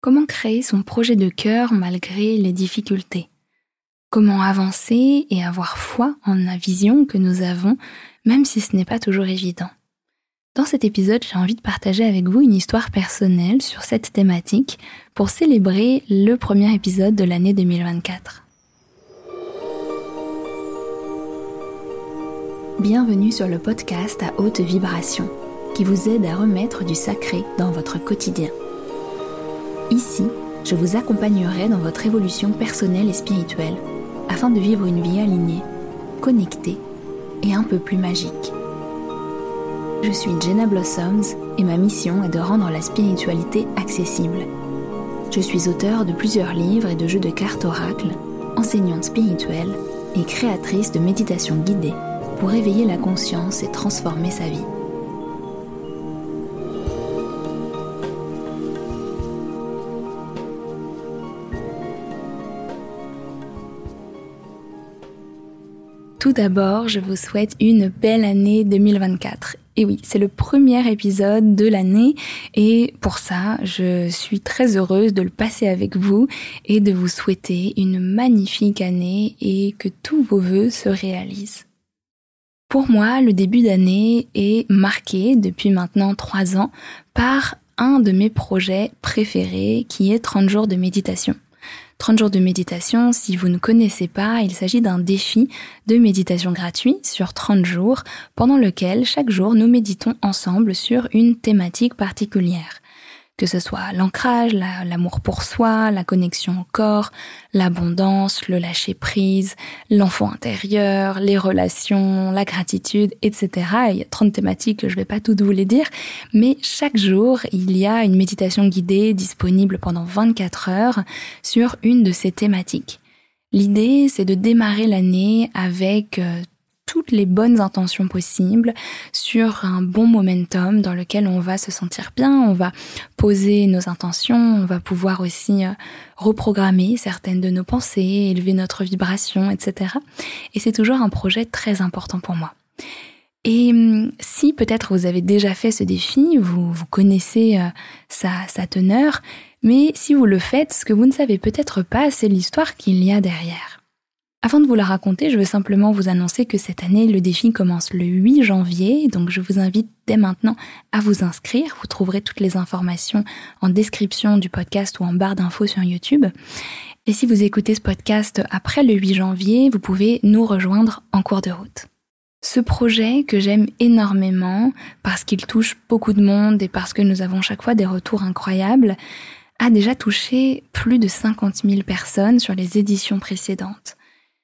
Comment créer son projet de cœur malgré les difficultés? Comment avancer et avoir foi en la vision que nous avons, même si ce n'est pas toujours évident? Dans cet épisode, j'ai envie de partager avec vous une histoire personnelle sur cette thématique pour célébrer le premier épisode de l'année 2024. Bienvenue sur le podcast à haute vibration qui vous aide à remettre du sacré dans votre quotidien. Ici, je vous accompagnerai dans votre évolution personnelle et spirituelle afin de vivre une vie alignée, connectée et un peu plus magique. Je suis Jenna Blossoms et ma mission est de rendre la spiritualité accessible. Je suis auteure de plusieurs livres et de jeux de cartes oracles, enseignante spirituelle et créatrice de méditations guidées pour éveiller la conscience et transformer sa vie. Tout d'abord, je vous souhaite une belle année 2024. Et oui, c'est le premier épisode de l'année et pour ça, je suis très heureuse de le passer avec vous et de vous souhaiter une magnifique année et que tous vos vœux se réalisent. Pour moi, le début d'année est marqué depuis maintenant 3 ans par un de mes projets préférés qui est 30 jours de méditation. 30 jours de méditation, si vous ne connaissez pas, il s'agit d'un défi de méditation gratuit sur 30 jours, pendant lequel chaque jour nous méditons ensemble sur une thématique particulière. Que ce soit l'ancrage, l'amour pour soi, la connexion au corps, l'abondance, le lâcher prise, l'enfant intérieur, les relations, la gratitude, etc. Il y a 30 thématiques, je ne vais pas toutes vous les dire, mais chaque jour, il y a une méditation guidée disponible pendant 24 heures sur une de ces thématiques. L'idée, c'est de démarrer l'année avec toutes les bonnes intentions possibles sur un bon momentum dans lequel on va se sentir bien, on va poser nos intentions, on va pouvoir aussi reprogrammer certaines de nos pensées, élever notre vibration, etc. Et c'est toujours un projet très important pour moi. Et si peut-être vous avez déjà fait ce défi, vous connaissez sa teneur, mais si vous le faites, ce que vous ne savez peut-être pas, c'est l'histoire qu'il y a derrière. Avant de vous la raconter, je veux simplement vous annoncer que cette année, le défi commence le 8 janvier, donc je vous invite dès maintenant à vous inscrire. Vous trouverez toutes les informations en description du podcast ou en barre d'infos sur YouTube. Et si vous écoutez ce podcast après le 8 janvier, vous pouvez nous rejoindre en cours de route. Ce projet que j'aime énormément, parce qu'il touche beaucoup de monde et parce que nous avons chaque fois des retours incroyables, a déjà touché plus de 50 000 personnes sur les éditions précédentes.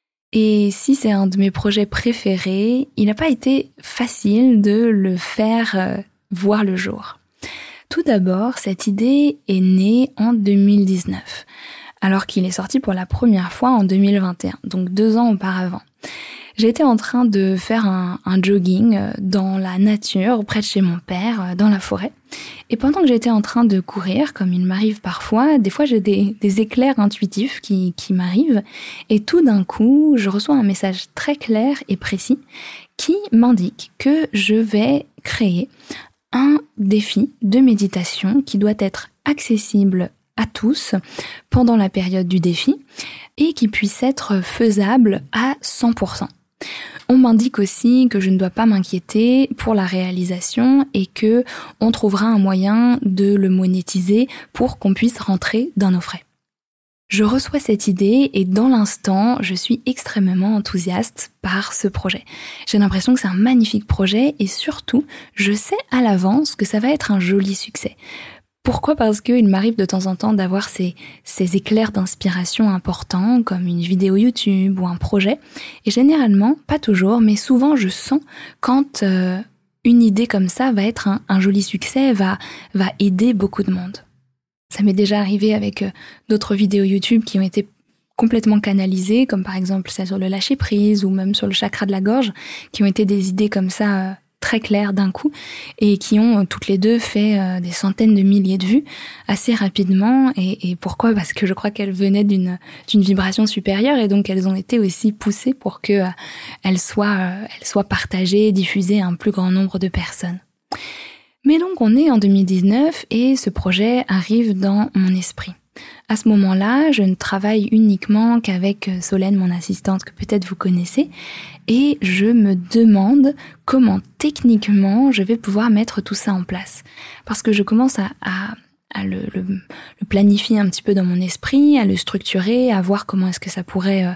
Et si c'est un de mes projets préférés, il n'a pas été facile de le faire voir le jour. Tout d'abord, cette idée est née en 2019, alors qu'il est sorti pour la première fois en 2021, donc 2 ans auparavant. J'étais en train de faire un jogging dans la nature, près de chez mon père, dans la forêt. Et pendant que j'étais en train de courir, comme il m'arrive parfois, des fois j'ai des éclairs intuitifs qui m'arrivent. Et tout d'un coup, je reçois un message très clair et précis qui m'indique que je vais créer un défi de méditation qui doit être accessible à tous pendant la période du défi et qui puisse être faisable à 100%. On m'indique aussi que je ne dois pas m'inquiéter pour la réalisation et que on trouvera un moyen de le monétiser pour qu'on puisse rentrer dans nos frais. Je reçois cette idée et dans l'instant, je suis extrêmement enthousiaste par ce projet. J'ai l'impression que c'est un magnifique projet et surtout, je sais à l'avance que ça va être un joli succès. Pourquoi ? Parce qu'il m'arrive de temps en temps d'avoir ces éclairs d'inspiration importants, comme une vidéo YouTube ou un projet. Et généralement, pas toujours, mais souvent je sens quand une idée comme ça va être un joli succès, va aider beaucoup de monde. Ça m'est déjà arrivé avec d'autres vidéos YouTube qui ont été complètement canalisées, comme par exemple celle sur le lâcher prise ou même sur le chakra de la gorge, qui ont été des idées comme ça très claires d'un coup et qui ont toutes les deux fait des centaines de milliers de vues assez rapidement. Et pourquoi ? Parce que je crois qu'elles venaient d'une vibration supérieure et donc elles ont été aussi poussées pour que elles soient partagées, diffusées à un plus grand nombre de personnes. Mais donc on est en 2019 et ce projet arrive dans mon esprit. À ce moment-là, je ne travaille uniquement qu'avec Solène, mon assistante, que peut-être vous connaissez, et je me demande comment techniquement je vais pouvoir mettre tout ça en place. Parce que je commence à le planifier un petit peu dans mon esprit, à le structurer, à voir comment est-ce que ça pourrait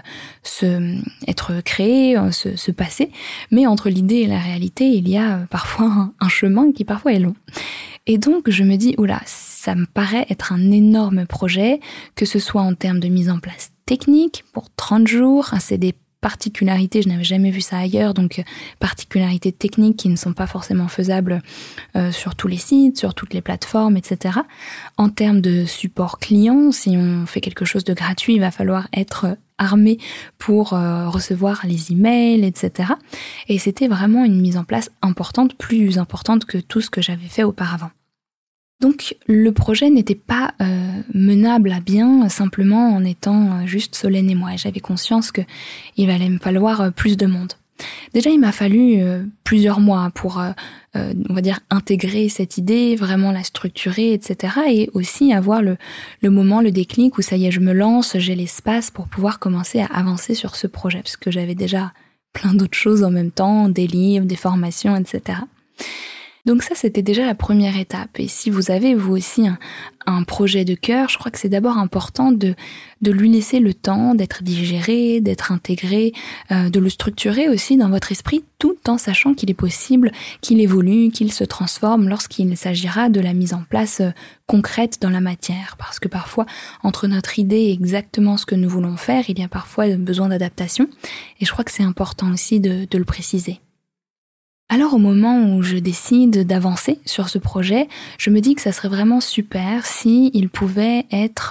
être créé, se passer. Mais entre l'idée et la réalité, il y a parfois un chemin qui parfois est long. Et donc je me dis, oula, ça me paraît être un énorme projet, que ce soit en termes de mise en place technique pour 30 jours, c'est des particularités, je n'avais jamais vu ça ailleurs, donc particularités techniques qui ne sont pas forcément faisables sur tous les sites, sur toutes les plateformes, etc. En termes de support client, si on fait quelque chose de gratuit, il va falloir être armé pour recevoir les emails, etc. Et c'était vraiment une mise en place importante, plus importante que tout ce que j'avais fait auparavant. Donc le projet n'était pas menable à bien simplement en étant juste Solène et moi. Et j'avais conscience qu'il allait me falloir plus de monde. Déjà, il m'a fallu plusieurs mois pour, on va dire, intégrer cette idée, vraiment la structurer, etc. Et aussi avoir le moment, le déclic où ça y est, je me lance, j'ai l'espace pour pouvoir commencer à avancer sur ce projet. Parce que j'avais déjà plein d'autres choses en même temps, des livres, des formations, etc. Donc ça, c'était déjà la première étape. Et si vous avez, vous aussi, un projet de cœur, je crois que c'est d'abord important de lui laisser le temps d'être digéré, d'être intégré, de le structurer aussi dans votre esprit, tout en sachant qu'il est possible qu'il évolue, qu'il se transforme lorsqu'il s'agira de la mise en place concrète dans la matière. Parce que parfois, entre notre idée et exactement ce que nous voulons faire, il y a parfois besoin d'adaptation. Et je crois que c'est important aussi de le préciser. Alors au moment où je décide d'avancer sur ce projet, je me dis que ça serait vraiment super si il pouvait être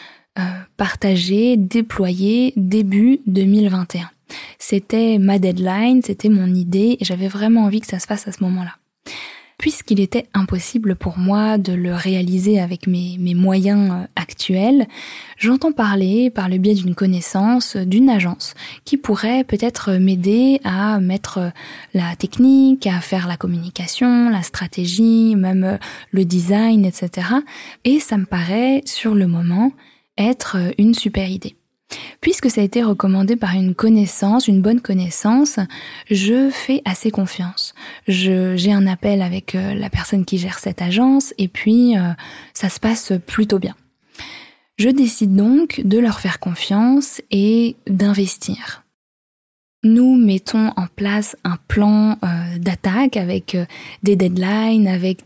partagé, déployé début 2021. C'était ma deadline, c'était mon idée et j'avais vraiment envie que ça se fasse à ce moment-là. Puisqu'il était impossible pour moi de le réaliser avec mes moyens actuels, j'entends parler, par le biais d'une connaissance, d'une agence qui pourrait peut-être m'aider à mettre la technique, à faire la communication, la stratégie, même le design, etc. Et ça me paraît, sur le moment, être une super idée. Puisque ça a été recommandé par une bonne connaissance, je fais assez confiance. J'ai un appel avec la personne qui gère cette agence et puis ça se passe plutôt bien. Je décide donc de leur faire confiance et d'investir. Nous mettons en place un plan d'attaque avec des deadlines, avec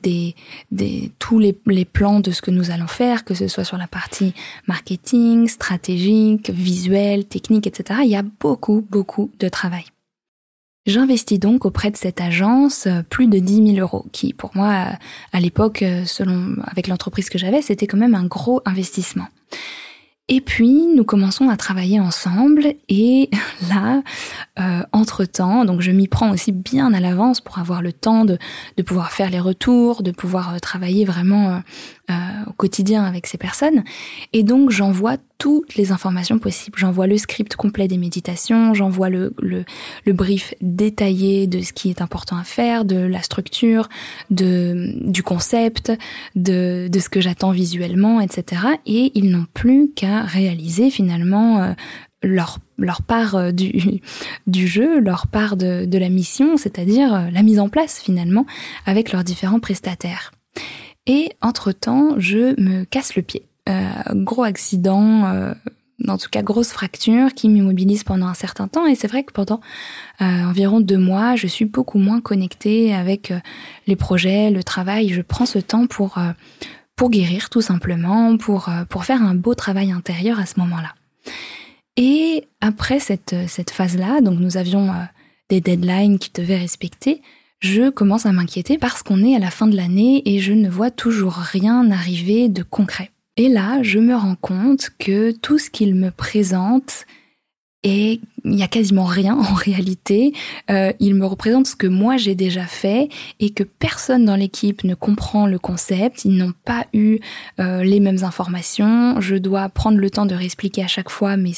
tous les plans de ce que nous allons faire, que ce soit sur la partie marketing, stratégique, visuel, technique, etc. Il y a beaucoup de travail. J'investis donc auprès de cette agence plus de 10 000 €, qui pour moi, à l'époque, avec l'entreprise que j'avais, c'était quand même un gros investissement. Et puis, nous commençons à travailler ensemble et là, entre-temps, donc je m'y prends aussi bien à l'avance pour avoir le temps de pouvoir faire les retours, de pouvoir travailler vraiment au quotidien avec ces personnes. Et donc, j'envoie toutes les informations possibles. J'envoie le script complet des méditations, j'envoie le brief détaillé de ce qui est important à faire, de la structure, du concept, de ce que j'attends visuellement, etc. Et ils n'ont plus qu'à réaliser finalement leur part du jeu, leur part de la mission, c'est-à-dire la mise en place finalement avec leurs différents prestataires. Et entre-temps, je me casse le pied. Gros accident, en tout cas grosse fracture qui m'immobilise pendant un certain temps. Et c'est vrai que pendant environ 2 mois, je suis beaucoup moins connectée avec les projets, le travail. Je prends ce temps pour guérir tout simplement, pour faire un beau travail intérieur à ce moment-là. Et après cette phase-là, donc nous avions des deadlines qui devaient respecter, je commence à m'inquiéter parce qu'on est à la fin de l'année et je ne vois toujours rien arriver de concret. Et là, je me rends compte que tout ce qu'il me présente et il n'y a quasiment rien en réalité. Il me représente ce que moi j'ai déjà fait et que personne dans l'équipe ne comprend le concept. Ils n'ont pas eu les mêmes informations. Je dois prendre le temps de réexpliquer à chaque fois, mais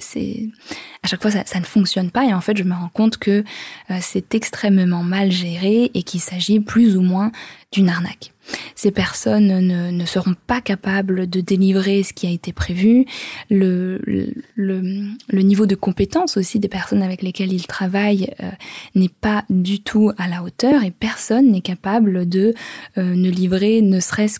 à chaque fois ça ne fonctionne pas. Et en fait, je me rends compte que c'est extrêmement mal géré et qu'il s'agit plus ou moins d'une arnaque. Ces personnes ne seront pas capables de délivrer ce qui a été prévu. Le niveau de compétence aussi des personnes avec lesquelles ils travaillent n'est pas du tout à la hauteur et personne n'est capable de ne livrer ne serait-ce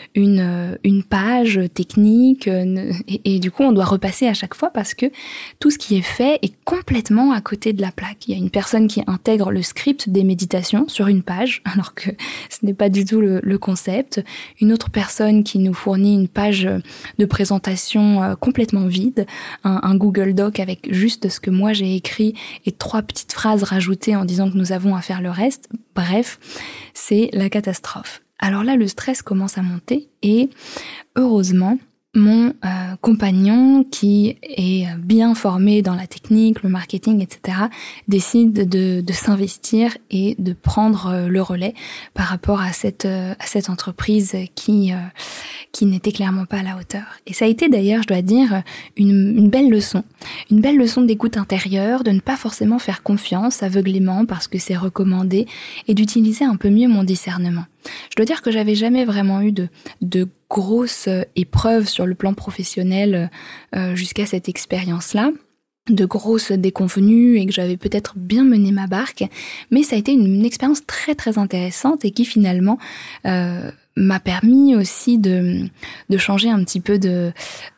qu'une page technique. Et du coup, on doit repasser à chaque fois parce que tout ce qui est fait est complètement à côté de la plaque. Il y a une personne qui intègre le script des méditations sur une page, alors que ce n'est pas du tout le concept. Une autre personne qui nous fournit une page de présentation complètement vide, un Google Doc avec juste ce que moi j'ai écrit et 3 petites phrases rajoutées en disant que nous avons à faire le reste. Bref, c'est la catastrophe. Alors là, le stress commence à monter et heureusement, mon compagnon, qui est bien formé dans la technique, le marketing, etc., décide de s'investir et de prendre le relais par rapport à cette entreprise qui n'était clairement pas à la hauteur. Et ça a été d'ailleurs, je dois dire, une belle leçon d'écoute intérieure, de ne pas forcément faire confiance aveuglément parce que c'est recommandé et d'utiliser un peu mieux mon discernement. Je dois dire que j'avais jamais vraiment eu de grosses épreuves sur le plan professionnel jusqu'à cette expérience-là, de grosses déconvenues et que j'avais peut-être bien mené ma barque, mais ça a été une expérience très très intéressante et qui finalement m'a permis aussi de changer un petit peu de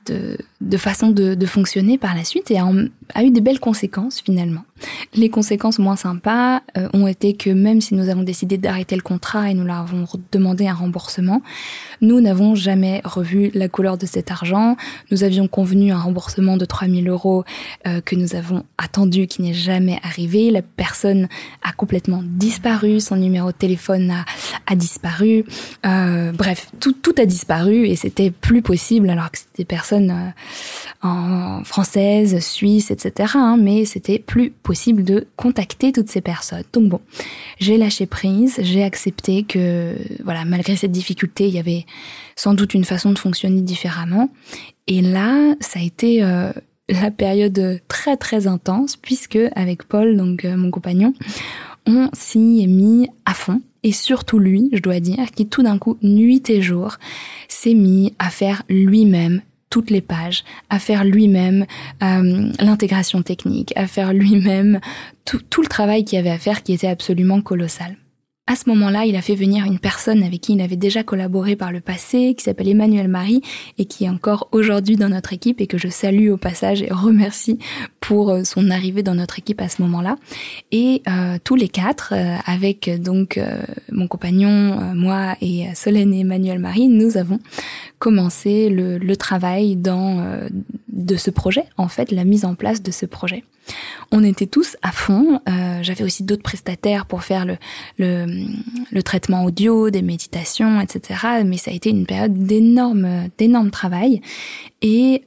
façon de fonctionner par la suite et a eu des belles conséquences finalement. Les conséquences moins sympas ont été que même si nous avons décidé d'arrêter le contrat et nous leur avons demandé un remboursement, nous n'avons jamais revu la couleur de cet argent. Nous avions convenu un remboursement de 3 000 € que nous avons attendu, qui n'est jamais arrivé. La personne a complètement disparu, son numéro de téléphone a disparu. Bref, tout a disparu et c'était plus possible alors que c'était des personnes en françaises, suisses, etc. Mais c'était plus possible de contacter toutes ces personnes. Donc bon, j'ai lâché prise, j'ai accepté que voilà, malgré cette difficulté, il y avait sans doute une façon de fonctionner différemment. Et là, ça a été la période très très intense puisque avec Paul, donc mon compagnon, on s'y est mis à fond. Et surtout lui, je dois dire, qui tout d'un coup, nuit et jour, s'est mis à faire lui-même toutes les pages, à faire lui-même l'intégration technique, à faire lui-même tout le travail qu'il y avait à faire qui était absolument colossal. À ce moment-là, il a fait venir une personne avec qui il avait déjà collaboré par le passé, qui s'appelle Emmanuel Marie, et qui est encore aujourd'hui dans notre équipe et que je salue au passage et remercie pour son arrivée dans notre équipe à ce moment-là. Et tous les 4, avec donc mon compagnon, moi et Solène et Emmanuel Marie, nous avons commencé le travail de ce projet, en fait, la mise en place de ce projet. On était tous à fond. J'avais aussi d'autres prestataires pour faire le traitement audio, des méditations, etc. Mais ça a été une période d'énorme travail. Et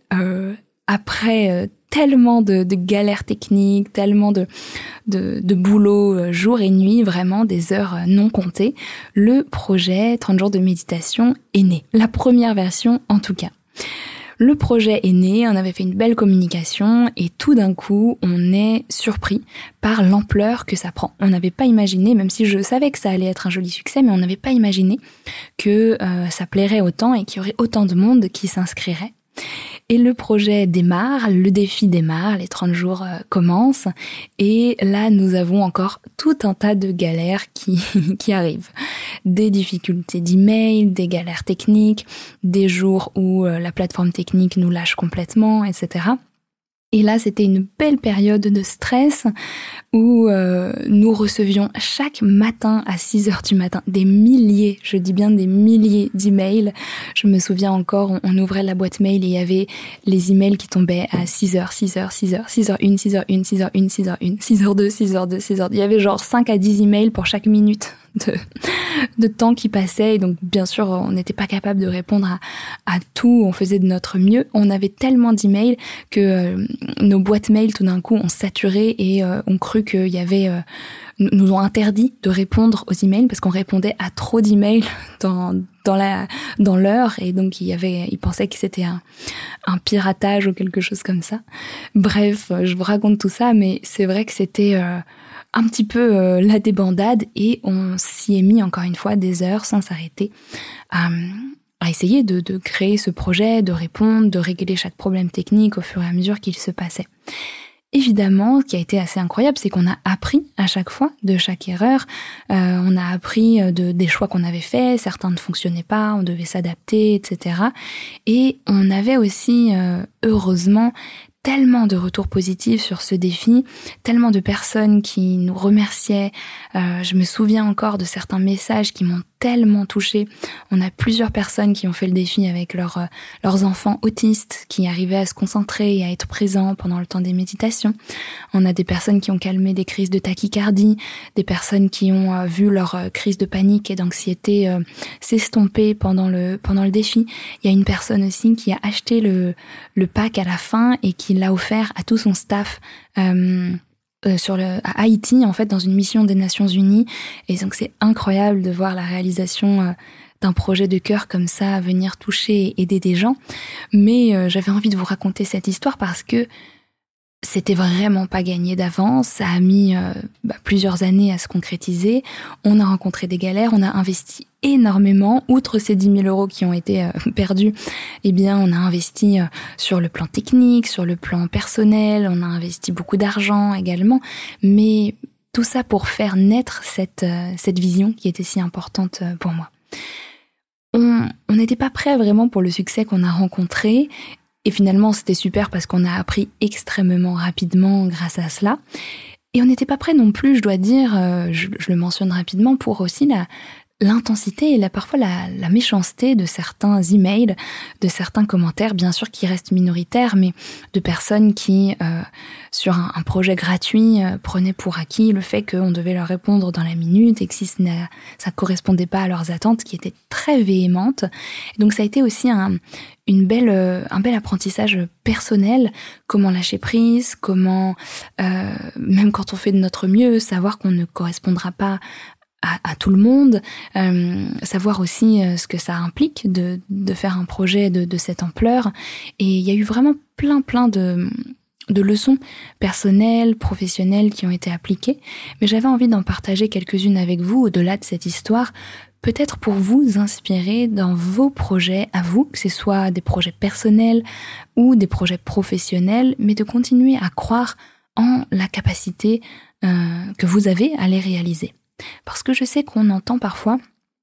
après tellement de galères techniques, tellement de boulot jour et nuit, vraiment des heures non comptées, le projet 30 jours de méditation est né. La première version en tout cas. Le projet est né, on avait fait une belle communication et tout d'un coup, on est surpris par l'ampleur que ça prend. On n'avait pas imaginé, même si je savais que ça allait être un joli succès, mais on n'avait pas imaginé que ça plairait autant et qu'il y aurait autant de monde qui s'inscrirait. Et le projet démarre, le défi démarre, les 30 jours commencent et là nous avons encore tout un tas de galères qui arrivent. Des difficultés d'email, des galères techniques, des jours où la plateforme technique nous lâche complètement, etc. Et là, c'était une belle période de stress où nous recevions chaque matin à 6h du matin des milliers, je dis bien des milliers d'emails. Je me souviens encore, on ouvrait la boîte mail et il y avait les emails qui tombaient à 6h, 6h, 6h, 6h1, 6h1, 6h1, 6h1, 6h2, 6h2, 6h2. Il y avait genre 5 à 10 emails pour chaque minute de temps qui passait. Et donc, bien sûr, on n'était pas capable de répondre à tout. On faisait de notre mieux. On avait tellement d'emails que nos boîtes mail, tout d'un coup, ont saturé et ont cru qu'il y avait... nous ont interdit de répondre aux emails parce qu'on répondait à trop d'emails dans l'heure, et donc ils pensaient que c'était un piratage ou quelque chose comme ça. Bref, je vous raconte tout ça, mais c'est vrai que c'était un petit peu la débandade, et on s'y est mis encore une fois des heures sans s'arrêter à essayer de créer ce projet, de répondre, de régler chaque problème technique au fur et à mesure qu'il se passait. Évidemment, ce qui a été assez incroyable, c'est qu'on a appris à chaque fois de chaque erreur. On a appris des choix qu'on avait faits, certains ne fonctionnaient pas, on devait s'adapter, etc. Et on avait aussi, heureusement, tellement de retours positifs sur ce défi, tellement de personnes qui nous remerciaient. Je me souviens encore de certains messages qui m'ont tellement touchée. On a plusieurs personnes qui ont fait le défi avec leurs enfants autistes, qui arrivaient à se concentrer et à être présents pendant le temps des méditations. On a des personnes qui ont calmé des crises de tachycardie, des personnes qui ont vu leur crise de panique et d'anxiété s'estomper pendant le défi. Il y a une personne aussi qui a acheté le pack à la fin et qui l'a offert à tout son staff à Haïti, en fait, dans une mission des Nations Unies. Et donc c'est incroyable de voir la réalisation d'un projet de cœur comme ça venir toucher et aider des gens. Mais j'avais envie de vous raconter cette histoire parce que c'était vraiment pas gagné d'avance. Ça a mis plusieurs années à se concrétiser. On a rencontré des galères, on a investi énormément. Outre ces 10 000 euros qui ont été perdus, eh bien, on a investi sur le plan technique, sur le plan personnel. On a investi beaucoup d'argent également. Mais tout ça pour faire naître cette vision qui était si importante pour moi. On n'était pas prêt vraiment pour le succès qu'on a rencontré. Et finalement, c'était super parce qu'on a appris extrêmement rapidement grâce à cela. Et on n'était pas prêt non plus, je dois dire, je le mentionne rapidement, pour aussi l'intensité et parfois la méchanceté de certains emails, de certains commentaires, bien sûr qui restent minoritaires, mais de personnes qui, sur un projet gratuit, prenaient pour acquis le fait qu'on devait leur répondre dans la minute et que si ça ne correspondait pas à leurs attentes, qui étaient très véhémentes. Et donc ça a été aussi un bel apprentissage personnel, comment lâcher prise, comment, même quand on fait de notre mieux, savoir qu'on ne correspondra pas à tout le monde, savoir aussi ce que ça implique de faire un projet de cette ampleur. Et il y a eu vraiment plein de leçons personnelles, professionnelles qui ont été appliquées, mais j'avais envie d'en partager quelques-unes avec vous au-delà de cette histoire, peut-être pour vous inspirer dans vos projets à vous, que ce soit des projets personnels ou des projets professionnels, mais de continuer à croire en la capacité que vous avez à les réaliser. Parce que je sais qu'on entend parfois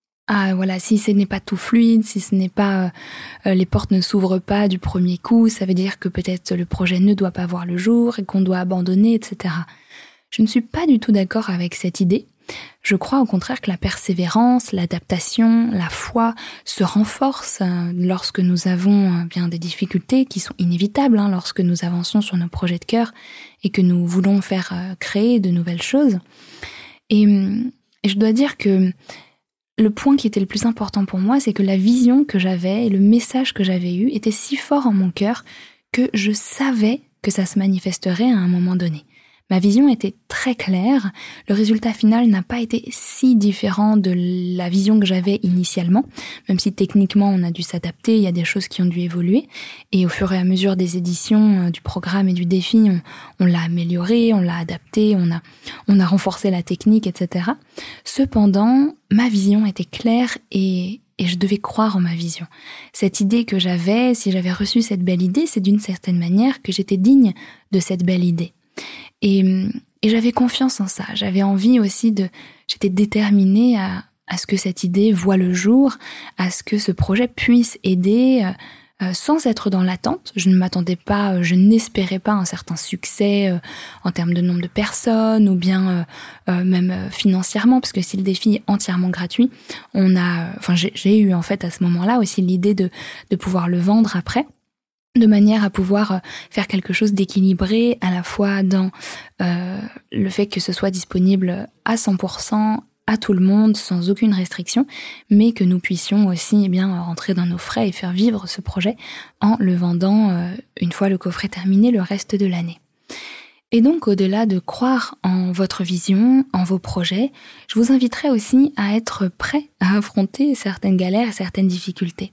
si ce n'est pas tout fluide, si ce n'est pas les portes ne s'ouvrent pas du premier coup, ça veut dire que peut-être le projet ne doit pas voir le jour et qu'on doit abandonner, etc. Je ne suis pas du tout d'accord avec cette idée. Je crois au contraire que la persévérance, l'adaptation, la foi se renforcent lorsque nous avons bien des difficultés qui sont inévitables lorsque nous avançons sur nos projets de cœur et que nous voulons faire créer de nouvelles choses. Et je dois dire que le point qui était le plus important pour moi, c'est que la vision que j'avais et le message que j'avais eu était si fort en mon cœur que je savais que ça se manifesterait à un moment donné. Ma vision était très claire, le résultat final n'a pas été si différent de la vision que j'avais initialement, même si techniquement on a dû s'adapter, il y a des choses qui ont dû évoluer, et au fur et à mesure des éditions, du programme et du défi, on l'a amélioré, on l'a adapté, on a renforcé la technique, etc. Cependant, ma vision était claire et je devais croire en ma vision. Cette idée que j'avais, si j'avais reçu cette belle idée, c'est d'une certaine manière que j'étais digne de cette belle idée. Et j'avais confiance en ça. J'avais envie aussi j'étais déterminée à ce que cette idée voie le jour, à ce que ce projet puisse aider sans être dans l'attente. Je ne m'attendais pas, je n'espérais pas un certain succès en termes de nombre de personnes ou bien même financièrement, parce que si le défi est entièrement gratuit, j'ai eu en fait à ce moment-là aussi l'idée de pouvoir le vendre après, de manière à pouvoir faire quelque chose d'équilibré à la fois dans le fait que ce soit disponible à 100% à tout le monde sans aucune restriction, mais que nous puissions aussi rentrer dans nos frais et faire vivre ce projet en le vendant une fois le coffret terminé le reste de l'année. Et donc, au-delà de croire en votre vision, en vos projets, je vous inviterai aussi à être prêt à affronter certaines galères et certaines difficultés.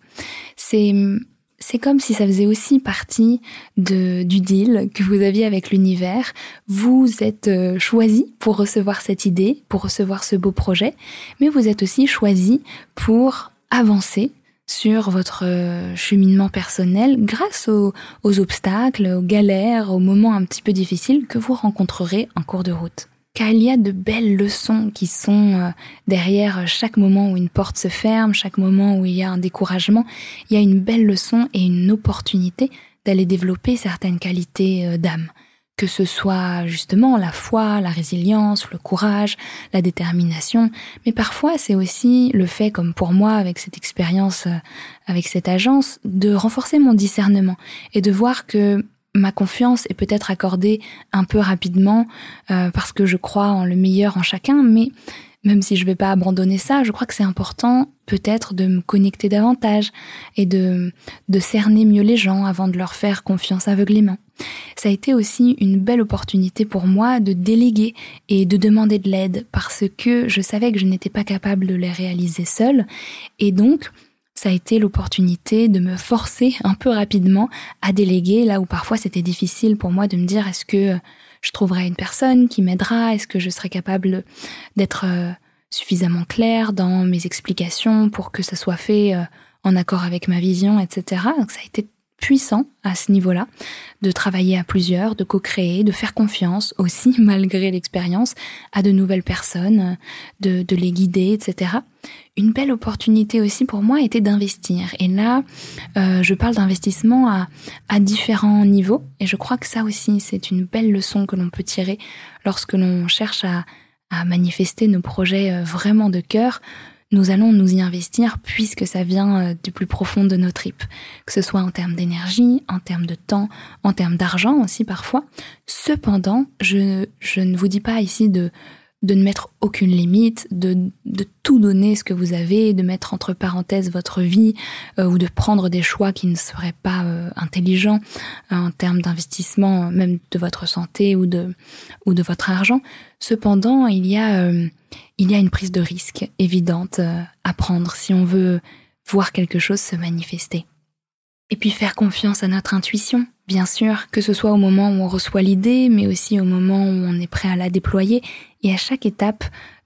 C'est comme si ça faisait aussi partie du deal que vous aviez avec l'univers. Vous êtes choisi pour recevoir cette idée, pour recevoir ce beau projet, mais vous êtes aussi choisi pour avancer sur votre cheminement personnel grâce aux obstacles, aux galères, aux moments un petit peu difficiles que vous rencontrerez en cours de route. Car il y a de belles leçons qui sont derrière chaque moment où une porte se ferme, chaque moment où il y a un découragement. Il y a une belle leçon et une opportunité d'aller développer certaines qualités d'âme. Que ce soit justement la foi, la résilience, le courage, la détermination. Mais parfois, c'est aussi le fait, comme pour moi, avec cette expérience, avec cette agence, de renforcer mon discernement et de voir que ma confiance est peut-être accordée un peu rapidement parce que je crois en le meilleur en chacun, mais même si je vais pas abandonner ça, je crois que c'est important peut-être de me connecter davantage et de cerner mieux les gens avant de leur faire confiance aveuglément. Ça a été aussi une belle opportunité pour moi de déléguer et de demander de l'aide parce que je savais que je n'étais pas capable de les réaliser seule et donc ça a été l'opportunité de me forcer un peu rapidement à déléguer là où parfois c'était difficile pour moi de me dire est-ce que je trouverai une personne qui m'aidera, est-ce que je serai capable d'être suffisamment claire dans mes explications pour que ça soit fait en accord avec ma vision, etc. Donc ça a été puissant à ce niveau-là, de travailler à plusieurs, de co-créer, de faire confiance aussi, malgré l'expérience, à de nouvelles personnes, de les guider, etc. Une belle opportunité aussi pour moi était d'investir. Et là, je parle d'investissement à différents niveaux. Et je crois que ça aussi, c'est une belle leçon que l'on peut tirer lorsque l'on cherche à manifester nos projets vraiment de cœur. Nous allons nous y investir puisque ça vient du plus profond de nos tripes. Que ce soit en termes d'énergie, en termes de temps, en termes d'argent aussi parfois. Cependant, je ne vous dis pas ici de ne mettre aucune limite, de tout donner ce que vous avez, de mettre entre parenthèses votre vie ou de prendre des choix qui ne seraient pas intelligents en termes d'investissement, même de votre santé ou de votre argent. Cependant, il y a une prise de risque évidente à prendre si on veut voir quelque chose se manifester. Et puis faire confiance à notre intuition, bien sûr, que ce soit au moment où on reçoit l'idée, mais aussi au moment où on est prêt à la déployer. Et à chaque étape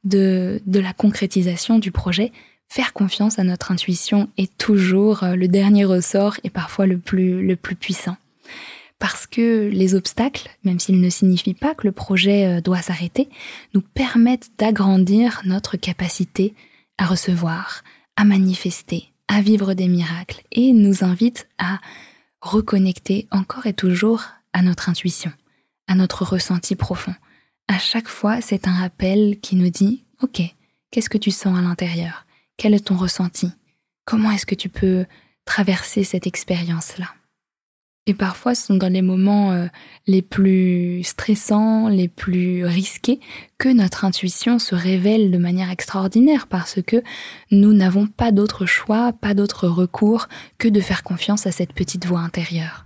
de la concrétisation du projet, faire confiance à notre intuition est toujours le dernier ressort et parfois le plus puissant. Parce que les obstacles, même s'ils ne signifient pas que le projet doit s'arrêter, nous permettent d'agrandir notre capacité à recevoir, à manifester, à vivre des miracles et nous invitent à reconnecter encore et toujours à notre intuition, à notre ressenti profond. À chaque fois, c'est un rappel qui nous dit « Ok, qu'est-ce que tu sens à l'intérieur ? Quel est ton ressenti ? Comment est-ce que tu peux traverser cette expérience-là ?» Et parfois, ce sont dans les moments les plus stressants, les plus risqués, que notre intuition se révèle de manière extraordinaire parce que nous n'avons pas d'autre choix, pas d'autre recours que de faire confiance à cette petite voix intérieure.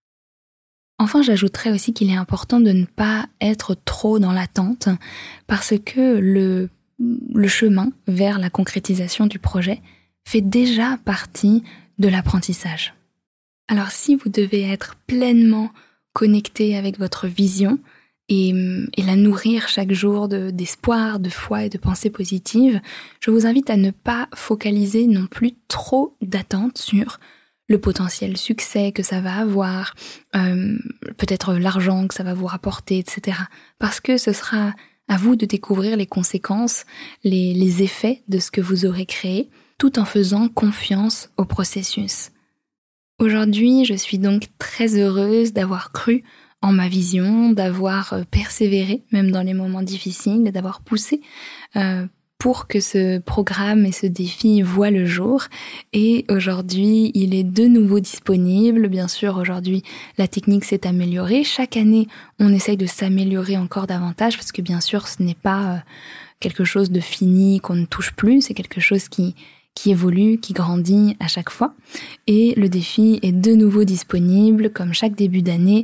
Enfin, j'ajouterais aussi qu'il est important de ne pas être trop dans l'attente parce que le chemin vers la concrétisation du projet fait déjà partie de l'apprentissage. Alors si vous devez être pleinement connecté avec votre vision et la nourrir chaque jour d'espoir, de foi et de pensées positives, je vous invite à ne pas focaliser non plus trop d'attentes sur le potentiel succès que ça va avoir, peut-être l'argent que ça va vous rapporter, etc. Parce que ce sera à vous de découvrir les conséquences, les effets de ce que vous aurez créé, tout en faisant confiance au processus. Aujourd'hui, je suis donc très heureuse d'avoir cru en ma vision, d'avoir persévéré, même dans les moments difficiles, et d'avoir poussé pour que ce programme et ce défi voient le jour. Et aujourd'hui, il est de nouveau disponible. Bien sûr, aujourd'hui, la technique s'est améliorée. Chaque année, on essaye de s'améliorer encore davantage parce que bien sûr, ce n'est pas quelque chose de fini qu'on ne touche plus. C'est quelque chose qui évolue, qui grandit à chaque fois. Et le défi est de nouveau disponible, comme chaque début d'année,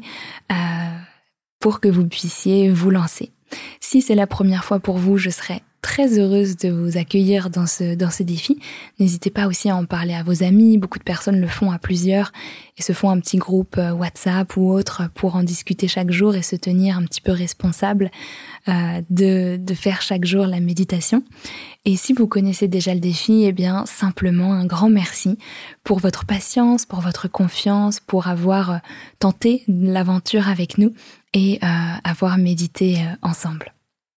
pour que vous puissiez vous lancer. Si c'est la première fois pour vous, je serai très heureuse de vous accueillir dans ce défi. N'hésitez pas aussi à en parler à vos amis. Beaucoup de personnes le font à plusieurs et se font un petit groupe WhatsApp ou autre pour en discuter chaque jour et se tenir un petit peu responsable de faire chaque jour la méditation. Et si vous connaissez déjà le défi, eh bien simplement un grand merci pour votre patience, pour votre confiance, pour avoir tenté l'aventure avec nous et avoir médité ensemble.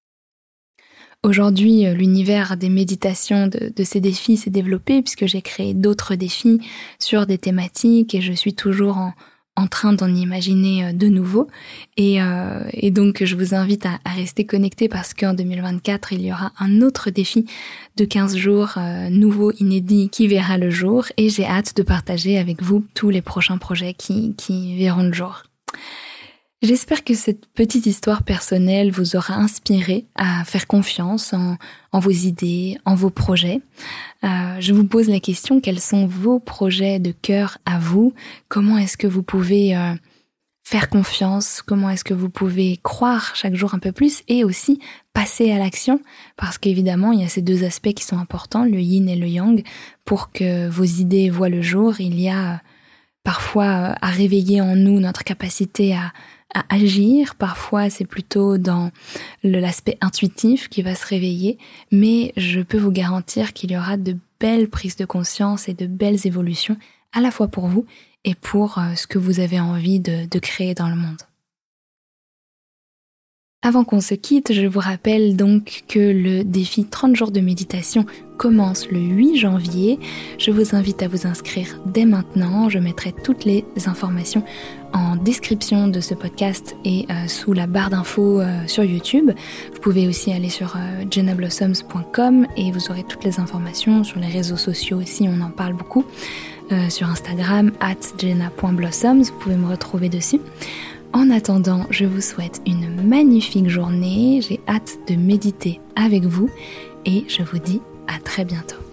Aujourd'hui, l'univers des méditations de ces défis s'est développé puisque j'ai créé d'autres défis sur des thématiques et je suis toujours en train d'en imaginer de nouveaux. Et donc, je vous invite à rester connectés parce qu'en 2024, il y aura un autre défi de 15 jours nouveau, inédit, qui verra le jour. Et j'ai hâte de partager avec vous tous les prochains projets qui verront le jour. J'espère que cette petite histoire personnelle vous aura inspiré à faire confiance en vos idées, en vos projets. Je vous pose la question, quels sont vos projets de cœur à vous? Comment est-ce que vous pouvez faire confiance? Comment est-ce que vous pouvez croire chaque jour un peu plus et aussi passer à l'action? Parce qu'évidemment, il y a ces deux aspects qui sont importants, le yin et le yang. Pour que vos idées voient le jour, il y a parfois à réveiller en nous notre capacité à agir. Parfois, c'est plutôt dans l'aspect intuitif qui va se réveiller, mais je peux vous garantir qu'il y aura de belles prises de conscience et de belles évolutions, à la fois pour vous et pour ce que vous avez envie de créer dans le monde. Avant qu'on se quitte, je vous rappelle donc que le défi 30 jours de méditation commence le 8 janvier. Je vous invite à vous inscrire dès maintenant. Je mettrai toutes les informations en description de ce podcast et sous la barre d'infos sur YouTube. Vous pouvez aussi aller sur jennablossoms.com et vous aurez toutes les informations sur les réseaux sociaux aussi, on en parle beaucoup. Sur Instagram, @jenna.blossoms, vous pouvez me retrouver dessus. En attendant, je vous souhaite une magnifique journée, j'ai hâte de méditer avec vous et je vous dis à très bientôt.